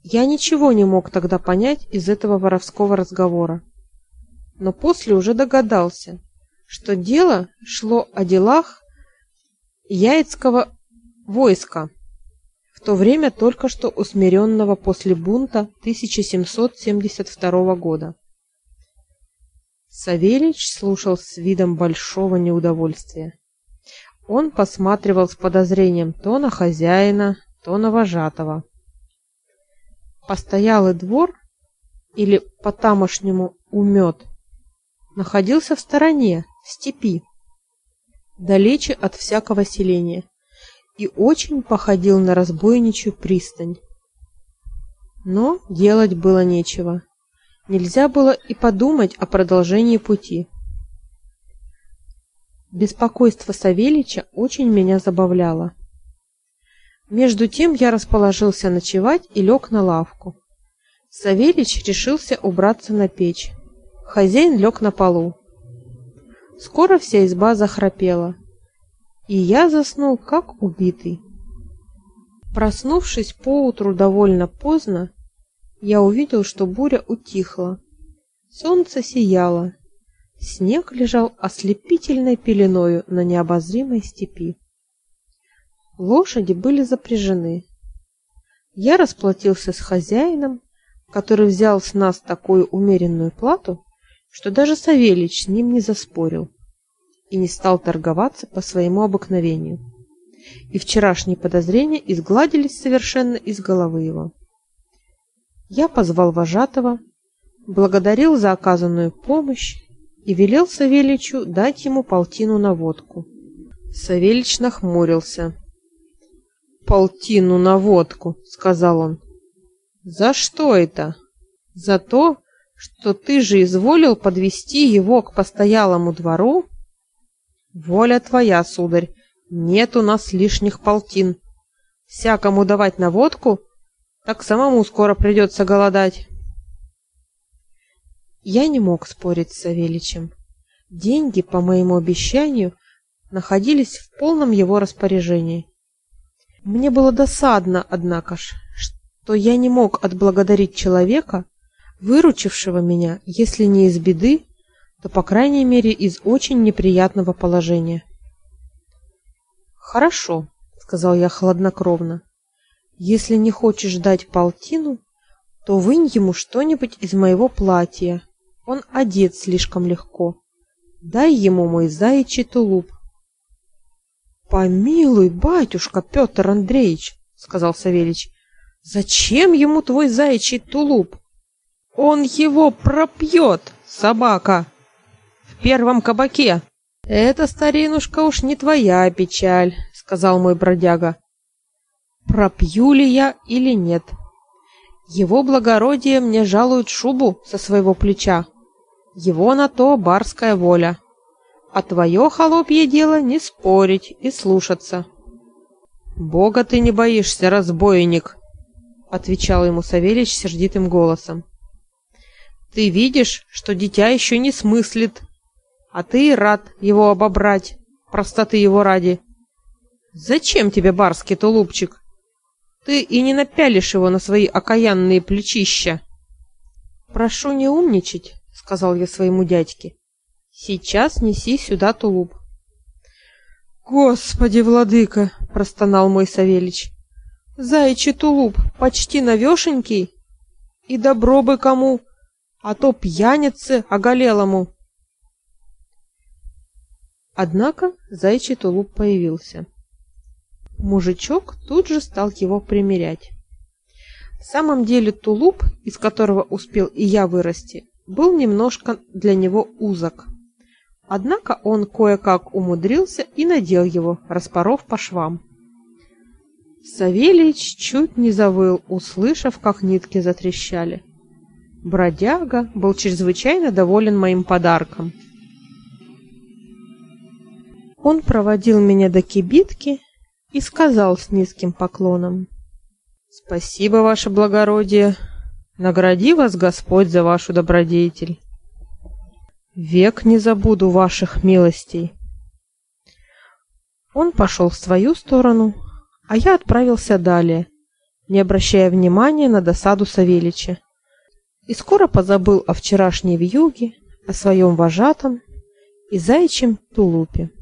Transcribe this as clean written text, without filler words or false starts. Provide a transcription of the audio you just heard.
Я ничего не мог тогда понять из этого воровского разговора, но после уже догадался, что дело шло о делах Яицкого войска, в то время только что усмиренного после бунта 1772 года. Савельич слушал с видом большого неудовольствия. Он посматривал с подозрением то на хозяина, то на вожатого. Постоялый двор, или по-тамошнему умет, находился в стороне, в степи, далече от всякого селения, и очень походил на разбойничью пристань. Но делать было нечего. Нельзя было и подумать о продолжении пути. Беспокойство Савельича очень меня забавляло. Между тем я расположился ночевать и лег на лавку. Савельич решился убраться на печь. Хозяин лег на полу. Скоро вся изба захрапела, и я заснул, как убитый. Проснувшись поутру довольно поздно, я увидел, что буря утихла. Солнце сияло. Снег лежал ослепительной пеленою на необозримой степи. Лошади были запряжены. Я расплатился с хозяином, который взял с нас такую умеренную плату, что даже Савельич с ним не заспорил и не стал торговаться по своему обыкновению. И вчерашние подозрения изгладились совершенно из головы его. Я позвал вожатого, благодарил за оказанную помощь и велел Савельичу дать ему полтину на водку. Савельич нахмурился. «Полтину на водку», — сказал он. «За что это?» «За то, что ты же изволил подвести его к постоялому двору?» «Воля твоя, сударь, нет у нас лишних полтин. Всякому давать на водку, так самому скоро придется голодать». Я не мог спорить с Савельичем. Деньги, по моему обещанию, находились в полном его распоряжении. Мне было досадно, однако ж, что я не мог отблагодарить человека, выручившего меня, если не из беды, то, по крайней мере, из очень неприятного положения. «Хорошо», — сказал я хладнокровно. «Если не хочешь дать полтину, то вынь ему что-нибудь из моего платья. Он одет слишком легко. Дай ему мой заячий тулуп». «Помилуй, батюшка Петр Андреевич», — сказал Савельич, — «зачем ему твой заячий тулуп? Он его пропьет, собака, в первом кабаке». «Это, старинушка, уж не твоя печаль», — сказал мой бродяга. «Пропью ли я или нет? Его благородие мне жалует шубу со своего плеча. Его на то барская воля. А твое холопье дело не спорить и слушаться». «Бога ты не боишься, разбойник», — отвечал ему Савельич сердитым голосом. «Ты видишь, что дитя еще не смыслит, а ты и рад его обобрать, простоты его ради. Зачем тебе барский тулупчик? Ты и не напялишь его на свои окаянные плечища». «Прошу не умничать», — сказал я своему дядьке. «Сейчас неси сюда тулуп». «Господи, владыка!» — простонал мой Савельич. «Заячий тулуп почти новешенький, и добро бы кому, а то пьянице оголелому». Однако заячий тулуп появился. Мужичок тут же стал его примерять. В самом деле тулуп, из которого успел и я вырасти, был немножко для него узок. Однако он кое-как умудрился и надел его, распоров по швам. Савельич чуть не завыл, услышав, как нитки затрещали. Бродяга был чрезвычайно доволен моим подарком. Он проводил меня до кибитки и сказал с низким поклоном: «Спасибо, ваше благородие, награди вас Господь за вашу добродетель. Век не забуду ваших милостей». Он пошел в свою сторону, а я отправился далее, не обращая внимания на досаду Савельича, и скоро позабыл о вчерашней вьюге, о своем вожатом и заячьем тулупе.